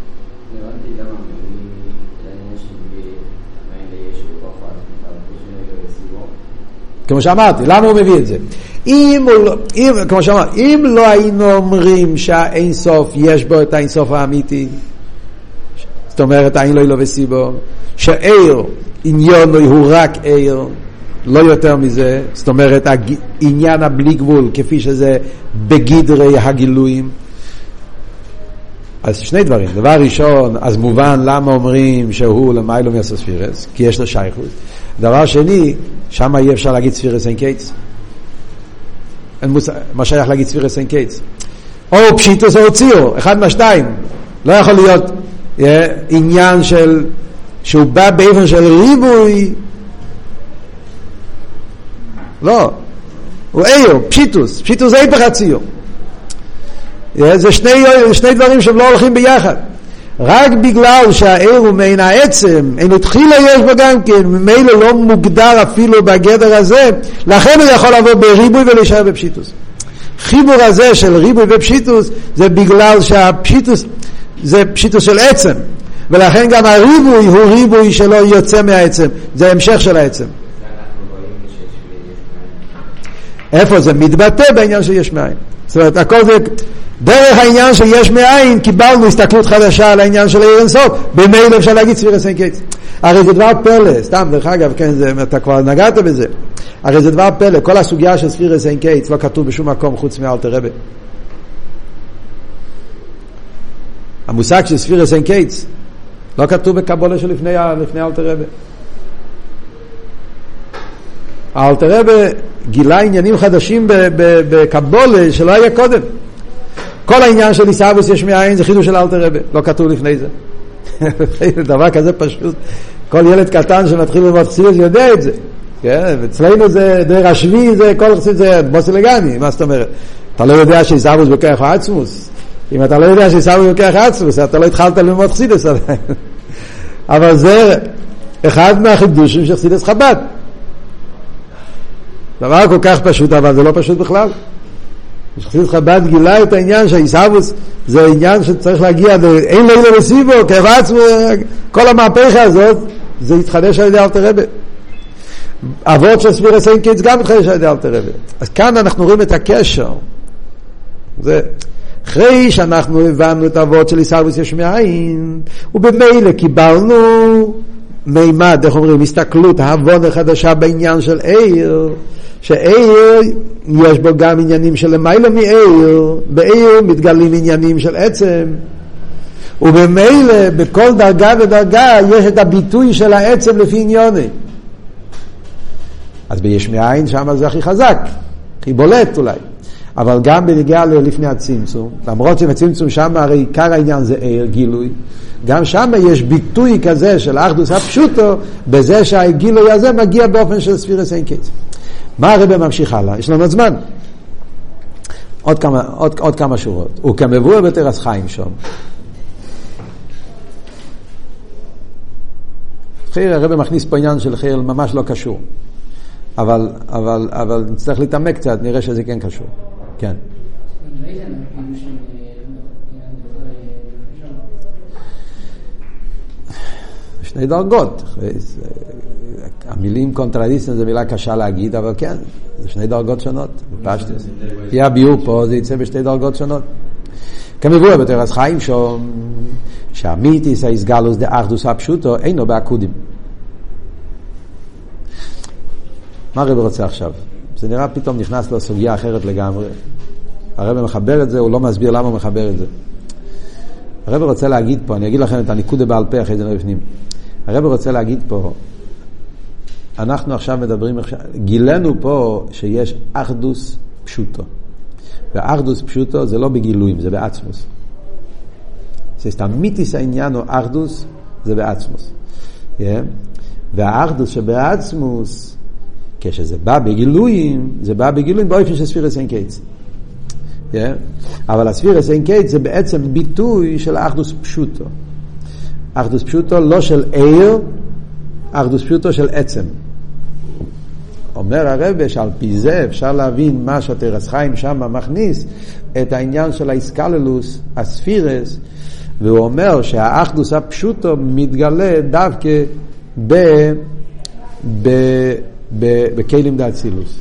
כמו שאמרתי, למה הוא מביא את זה? אם, אם, כמו שאמרתי, אם לא היינו אומרים שהאין סוף יש בו את האין סוף האמיתי, זאת אומרת, האין לא ילו וסיבו, שאיר, עניון הוא רק איר, לא יותר מזה, זאת אומרת, העניין הבלי גבול, כפי שזה בגדרי הגילויים. אז שני דברים. דבר ראשון, אז מובן למה אומרים שהוא למיילו מהספירס, כי יש לו שייכות. דבר שני, שם אי אפשר להגיד ספירס אין קיץ. אין מוס... מה שייך להגיד ספירס אין קיץ? או פשיטוס או ציור, אחד מהשתיים. לא יכול להיות yeah, עניין של, שהוא בא באופן של ריבוי. לא. הוא איור, פשיטוס. פשיטוס זה היפך הציור. Yeah, זה שני, שני דברים שהם לא הולכים ביחד. רק בגלל שהאיר הוא מעין העצם, אין לו תחילה יש בו גם כן, ממילא לא מוגדר אפילו בגדר הזה, לכן הוא יכול לבוא בריבוי ולהישאר בפשיטוס. חיבור הזה של ריבוי ופשיטוס, זה בגלל שהפשיטוס, זה פשיטוס של עצם, ולכן גם הריבוי הוא ריבוי שלא יוצא מהעצם, זה המשך של העצם. איפה זה מתבטא בעניין שיש מאין? זאת אומרת, הכל זה... דרך העניין שיש מאין קיבלנו הסתכלות חדשה על העניין של העיר אינסוף, במילא אפשר להגיד ספירס אין קיץ. הרי זה דבר פלא, סתם דרך אגב, כן, זה, אתה כבר נגעת בזה, הרי זה דבר פלא, כל הסוגיה של ספירס אין קיץ לא כתוב בשום מקום חוץ מאלתר רבי. המושג של ספירס אין קיץ לא כתוב בקבולה של לפני, לפני אלתר רבי. האלתר רבי גילה עניינים חדשים בקבולה שלא היה קודם. כל העניין של איסאבוס יש מאין זה חידוש של אלתר רבי, לא כתוב לפני זה. דבר כזה פשוט, כל ילד קטן שמתחיל ללמוד חסידות יודע את זה. כן, אצלנו זה דר השבי, זה כל חסידות זה בוסי לגני, מה זאת אומרת? אתה לא יודע שאיסאבוס בכוח העצמוס. אם אתה לא יודע שאיסאבוס בכוח העצמוס, אתה לא התחלת ללמוד חסידות עדיין. אבל זה אחד מהחידושים של חסידות חב"ד. דבר כל כך פשוט, אבל זה לא פשוט בכלל. חסידות חב"ד גילה את העניין שהאיסאבוס זה עניין שצריך להגיע, אין לו אילו וסיבו, כבץ, כל המהפכה הזאת, זה התחדש על ידי אלתר רבי. אבות של ספירס אין קיץ גם התחדש על ידי אלתר רבי. אז כאן אנחנו רואים את הקשר. זה, אחרי שאנחנו הבנו את אבות של איסאבוס יש מאין, ובמילא קיבלנו מימד, איך אומרים, הסתכלות, ההבונה חדשה בעניין של עיר, שאיר יש בו גם עניינים של למעלה מאיר, באיר מתגלים עניינים של עצם, ובמילא בכל דרגה ודרגה יש את הביטוי של העצם לפי עניוני. אז ביש מאין שם זה הכי חזק, הכי בולט אולי, אבל גם בנגיעה לפני הצמצום, למרות שבצמצום שם הרי עיקר העניין זה עיר, גילוי, גם שם יש ביטוי כזה של אחדוס הפשוטו, בזה שהגילוי הזה מגיע באופן של ספירס אין קיץ. מה הרב ממשיך הלאה? יש לנו עוד זמן. עוד כמה, עוד, עוד כמה שורות. הוא כמבואר בתרס חיים שם. חיר, הרב מכניס פה עניין של חיר ממש לא קשור. אבל, אבל, אבל נצטרך להתעמק קצת, נראה שזה כן קשור. כן. שני דרגות. המילים קונטרדיסטים זה מילה קשה להגיד, אבל כן, זה שני דרגות שונות. בפשטוס. כי הביור פה זה יצא בשתי דרגות שונות. כמבואר בתורס חיים שום, שהמיתיס ההסגלוס דאחדוס הפשוטו אינו בעקודים. מה הרב רוצה עכשיו? זה נראה פתאום נכנס לסוגיה אחרת לגמרי. הרב מחבר את זה, הוא לא מסביר למה הוא מחבר את זה. הרב רוצה להגיד פה, אני אגיד לכם את הניקוד בעל פה אחרי זה לא בפנים. הרב רוצה להגיד פה, אנחנו עכשיו מדברים, גילנו פה שיש אחדוס פשוטו. ואחדוס פשוטו זה לא בגילויים, זה בעצמוס. זה סתמיתיס העניין או אחדוס, זה בעצמוס. Yeah. והאחדוס שבעצמוס, כשזה בא בגילויים, זה בא בגילויים באופן של ספירס אין קץ. Yeah. אבל הספירס אין קץ זה בעצם ביטוי של אחדוס פשוטו. אחדוס פשוטו לא של עיר, אחדוס פשוטו של עצם. אומר הרב שעל פי זה אפשר להבין מה שתרס חיים שם מכניס את העניין של האיסקללוס, הספירס, והוא אומר שהאחדוס הפשוטו מתגלה דווקא ב... ב... בכלים דאצילוס.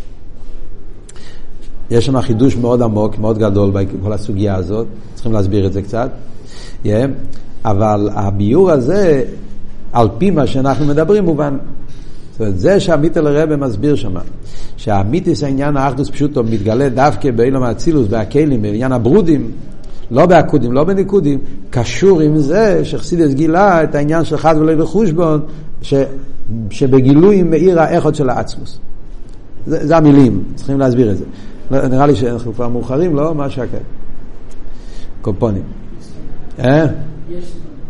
יש שם חידוש מאוד עמוק, מאוד גדול בכל הסוגיה הזאת, צריכים להסביר את זה קצת. Yeah. אבל הביור הזה, על פי מה שאנחנו מדברים, מובן. זאת אומרת, זה שהמיטל הרב מסביר שם, שהמיתיס העניין האחדוס פשוטו מתגלה דווקא באילום האצילוס, בהכלים, בעניין הברודים, לא בעקודים, לא בניקודים, קשור עם זה שחסידס גילה את העניין של חד ולא בחושבון, ש... שבגילוי מאיר האחד של העצמוס. זה, זה המילים, צריכים להסביר את זה. נראה לי שאנחנו כבר מאוחרים, לא? מה שקר? קופונים. אה? יש.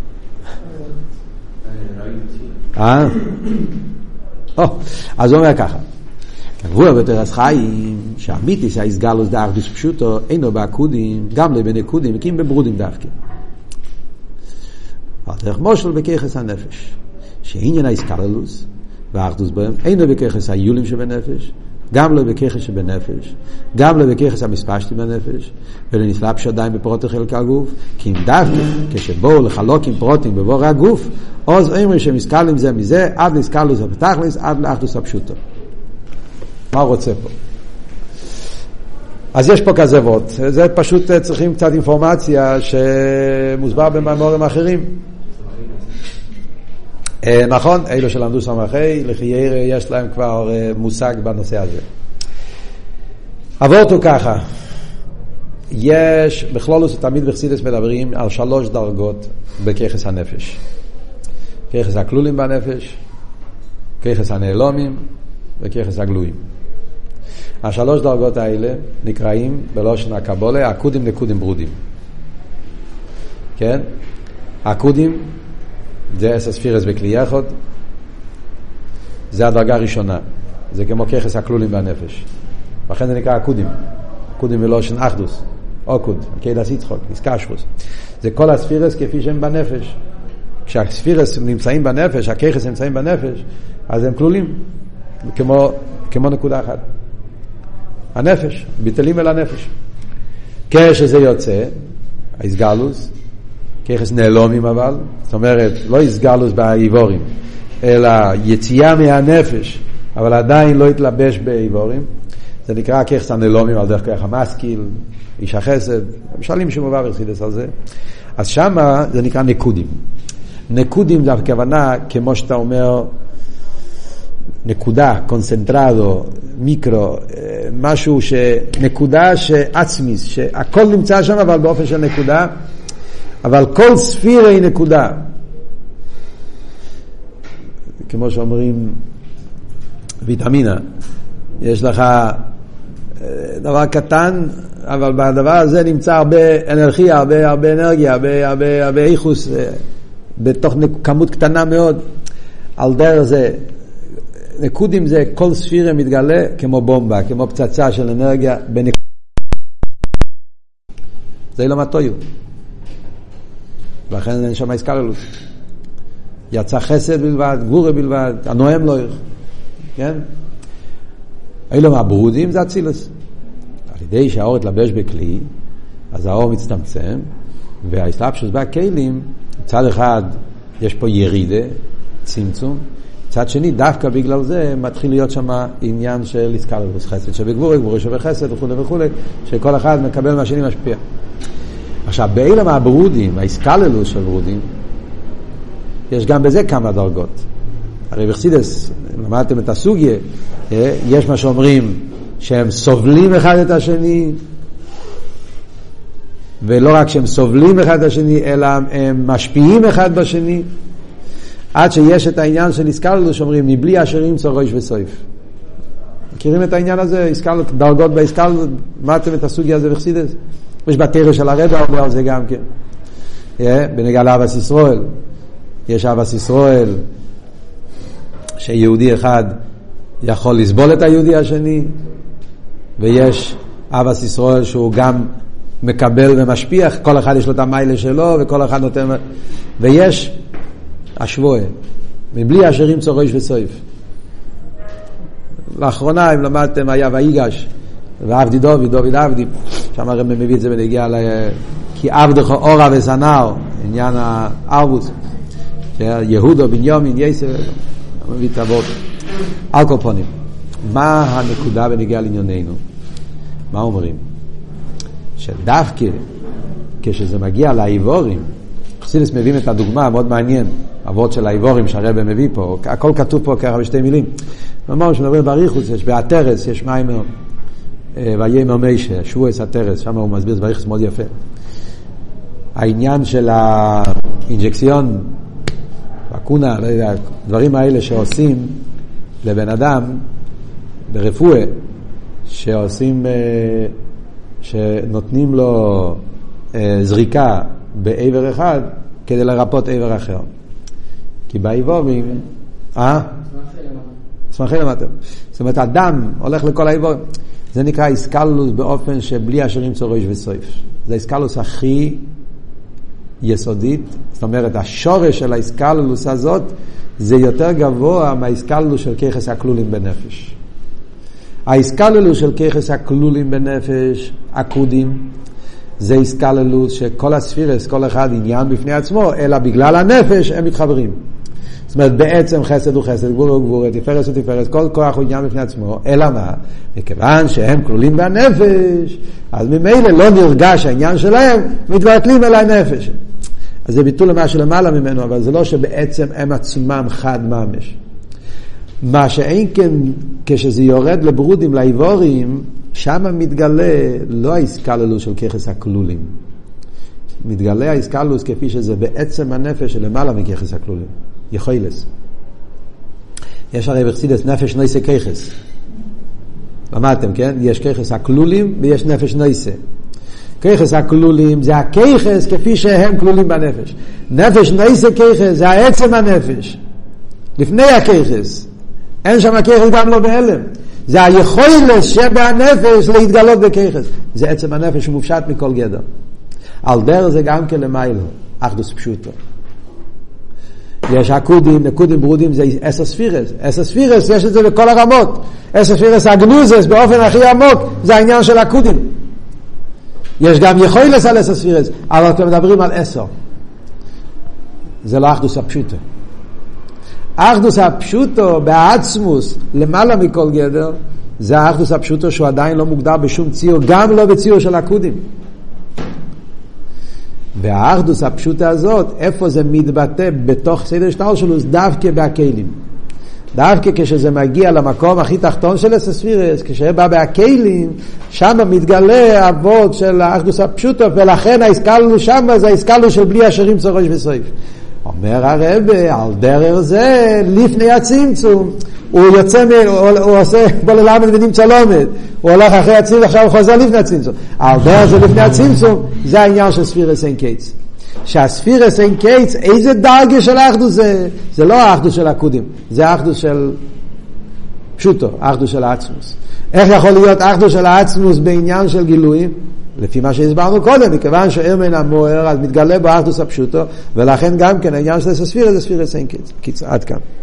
אה? אז הוא אומר ככה, כבוע בתרס חיים שהמיתיס ההסגלוס דאחדוס פשוטו אינו בעקודים, גם לא בנקודים, כי אם בברודים דווקא. דרך מושל בכיחס הנפש, שעניין ההסגלוס והאחדוס בהם אינו בכיחס היולים שבנפש, גם לא בכיחס שבנפש, גם לא בכיחס המספשתי בנפש, ולנסלאפש עדיין בפרוטי חלק הגוף, כי אם דווקא כשבואו לחלוק עם פרוטים בבור הגוף, אז אומרים שמסקלים זה מזה, עד להסקלוס הפתחליס, עד לאחדוס הפשוטו. מה הוא רוצה פה? אז יש פה כזה ווד. זה פשוט צריכים קצת אינפורמציה שמוסבר במאמרים אחרים. נכון, אלו שלמדו סמכי, לחייר יש להם כבר מושג בנושא הזה. עבורתו ככה, יש, בכלולוס תמיד בחסידס מדברים על שלוש דרגות בכיחס הנפש. כיחס הכלולים בנפש, כיחס הנעלומים וכיחס הגלויים. השלוש דרגות האלה נקראים בלושן הקבולה עקודים נקודים ברודים. כן? עקודים זה אס הספירס בכלי אחד, זה הדרגה הראשונה, זה כמו כיחס הכלולים בנפש, לכן זה נקרא עקודים. עקודים בלושן אחדוס, עקוד, קהילת יצחוק, איסקשרוס, זה כל הספירס כפי שהם בנפש. כשהספירס נמצאים בנפש, הכיחס נמצאים בנפש, אז הם כלולים כמו, כמו נקודה אחת. הנפש, ביטלים אל הנפש. כשזה יוצא, ההסגלוס, כיחס נעלומים אבל, זאת אומרת, לא הסגלוס באיבורים, אלא יציאה מהנפש, אבל עדיין לא התלבש באיבורים, זה נקרא כיחס הנעלומים על דרך כוח המשכיל, איש החסד, משלים שמובא ברסידס על זה. אז שמה זה נקרא נקודים. נקודים זה הכוונה, כמו שאתה אומר, נקודה, קונסנטרדו, מיקרו, משהו ש... נקודה שעצמיס, שהכל נמצא שם אבל באופן של נקודה, אבל כל ספירה היא נקודה. כמו שאומרים, ויטמינה, יש לך דבר קטן, אבל בדבר הזה נמצא הרבה אנרגיה, הרבה, הרבה אנרגיה, הרבה, הרבה, הרבה איכוס, בתוך כמות קטנה מאוד. על דרך זה, נקודים זה כל ספירה מתגלה כמו בומבה, כמו פצצה של אנרגיה בנקודה. זה לא מטויו. לכן אין שם איסקללות. יצא חסד בלבד, גבורה בלבד, הנועם לא ירח. כן? אילו מהברודים זה הצילס. על ידי שהאור התלבש בכלי, אז האור מצטמצם, והאסלאפשוס בהכלים, צד אחד יש פה ירידה, צמצום, צד שני דווקא בגלל זה מתחיל להיות שם עניין של איסקללות חסד שבגבורה, גבורה שווה חסד וכו' וכו', שכל אחד מקבל מהשני משפיע. עכשיו, באילם הברודים, ההסקללוס של ברודים, יש גם בזה כמה דרגות. הרי בחסידות, למדתם את הסוגיה, יש מה שאומרים שהם סובלים אחד את השני, ולא רק שהם סובלים אחד את השני, אלא הם משפיעים אחד בשני, עד שיש את העניין של הסקללוס, שאומרים, מבלי אשר ימצא ראש וסוף. מכירים את העניין הזה? דרגות בהסקללוס, למדתם את הסוגיה הזה בחסידות? יש בתורה של הרב אומר על זה גם כן. בנגע לאבס ישראל, יש אבס ישראל, שיהודי אחד יכול לסבול את היהודי השני, ויש אבס ישראל שהוא גם מקבל ומשפיע, כל אחד יש לו את המיילה שלו, וכל אחד נותן, ויש השבועה, מבלי אשר ימצא ראש וסוף. לאחרונה, אם למדתם, היה ויגש, ועבדי דוד, דוד עבדי, שם הרב מביא את זה ונגיע ל... כי עבדך אורה וסנאו, עניין הערבות, יהודו, בנימין, יסף, מביא את העבוד. על כל פנים, מה הנקודה בנגיע לענייננו? מה אומרים? שדווקא כשזה מגיע לאיבורים, חסידות מביאים את הדוגמה, מאוד מעניין, העבוד של האיבורים שהרב מביא פה, הכל כתוב פה ככה בשתי מילים. ממש שמדברים בריחוס, יש באתרס, יש מיימר, ויאמר משה, שבועס התרס, שם הוא מסביר בריחוס מאוד יפה. העניין של האינג'קציון, הקונה, הדברים האלה שעושים לבן אדם ברפואה, שעושים, שנותנים לו זריקה בעבר אחד כדי לרפות עבר אחר. כי באיבורים, אה? סמכי למטה. זאת אומרת, אדם הולך לכל האיבורים. זה נקרא איסקלוס באופן שבלי אשר ימצא ראש וסוף. זה האיסקלוס הכי יסודית. זאת אומרת, השורש של האיסקלוס הזאת זה יותר גבוה מהאיסקלוס של כיחס הכלולים בנפש. האיסקלוס של כיחס הכלולים בנפש, הקודים, זה איסקלוס שכל הספירס, כל אחד עניין בפני עצמו, אלא בגלל הנפש הם מתחברים. זאת אומרת, בעצם חסד הוא חסד, גבורה הוא גבורה, תפארת הוא תפארת, כל כוח הוא עניין בפני עצמו, אלא מה? מכיוון שהם כלולים בנפש, אז ממילא לא נרגש העניין שלהם, מתבטלים אל הנפש. אז זה ביטול למה שלמעלה ממנו, אבל זה לא שבעצם הם עצמם חד ממש. מה שאין כן, כשזה יורד לברודים, לאיבורים, שם מתגלה לא האיסקללוס של כיחס הכלולים. מתגלה האיסקללוס כפי שזה בעצם הנפש שלמעלה מכיחס הכלולים. יכולס. יש הרי בחסידות נפש נויסה כיחס. למדתם, כן? יש כיחס הכלולים ויש נפש נויסה. כיחס הכלולים זה הכיחס כפי שהם כלולים בנפש. נפש נויסה כיחס זה העצם הנפש. לפני הכיחס. אין שם הכיחס גם לא בהלם. זה היכולת שבנפש להתגלות בכיחס. זה עצם הנפש שמופשט מכל גדר. על דרך זה גם כן למיילו. אחדוס פשוטו. יש הקודים, נקודים ברודים, זה עשר ספירס. עשר ספירס, יש את זה בכל הרמות. עשר ספירס הגנוזס, באופן הכי עמוק, זה העניין של הקודים. יש גם יכולת על עשר ספירס, אבל אתם מדברים על עשר. זה לא אחדוס הפשוטו. אחדוס הפשוטו בעצמוס, למעלה מכל גדר, זה האחדוס הפשוטו שהוא עדיין לא מוגדר בשום ציור, גם לא בציור של הקודים. והאחדוס הפשוטה הזאת, איפה זה מתבטא בתוך סדר שטר שלו, זה דווקא בהכלים. דווקא כשזה מגיע למקום הכי תחתון של הספירס, כשבא בהכלים, שם מתגלה העבוד של האחדוס הפשוטה, ולכן ההסקלנו שם, זה ההסקלנו של בלי אשר ימצא ראש וסוף. אומר הרב, על דרך זה, לפני הצמצום, הוא יוצא, הוא, הוא עושה, בוא ללמד ונמצא לומד, הוא הולך אחרי הצמצום, עכשיו הוא חוזר לפני הצמצום. על דרך זה לפני הצמצום, זה העניין של ספירס אין קץ. שהספירס אין קץ, איזה דרגה של האחדוס זה? זה לא האחדוס של הקודים, זה האחדוס של פשוטו, האחדוס של העצמוס. איך יכול להיות האחדוס של העצמוס בעניין של גילויים? לפי מה שהסברנו קודם, מכיוון שאיר מן המוער, אז מתגלה באחדוס הפשוטו, ולכן גם כן העניין של הספירס זה ספירס אין קץ. עד כאן.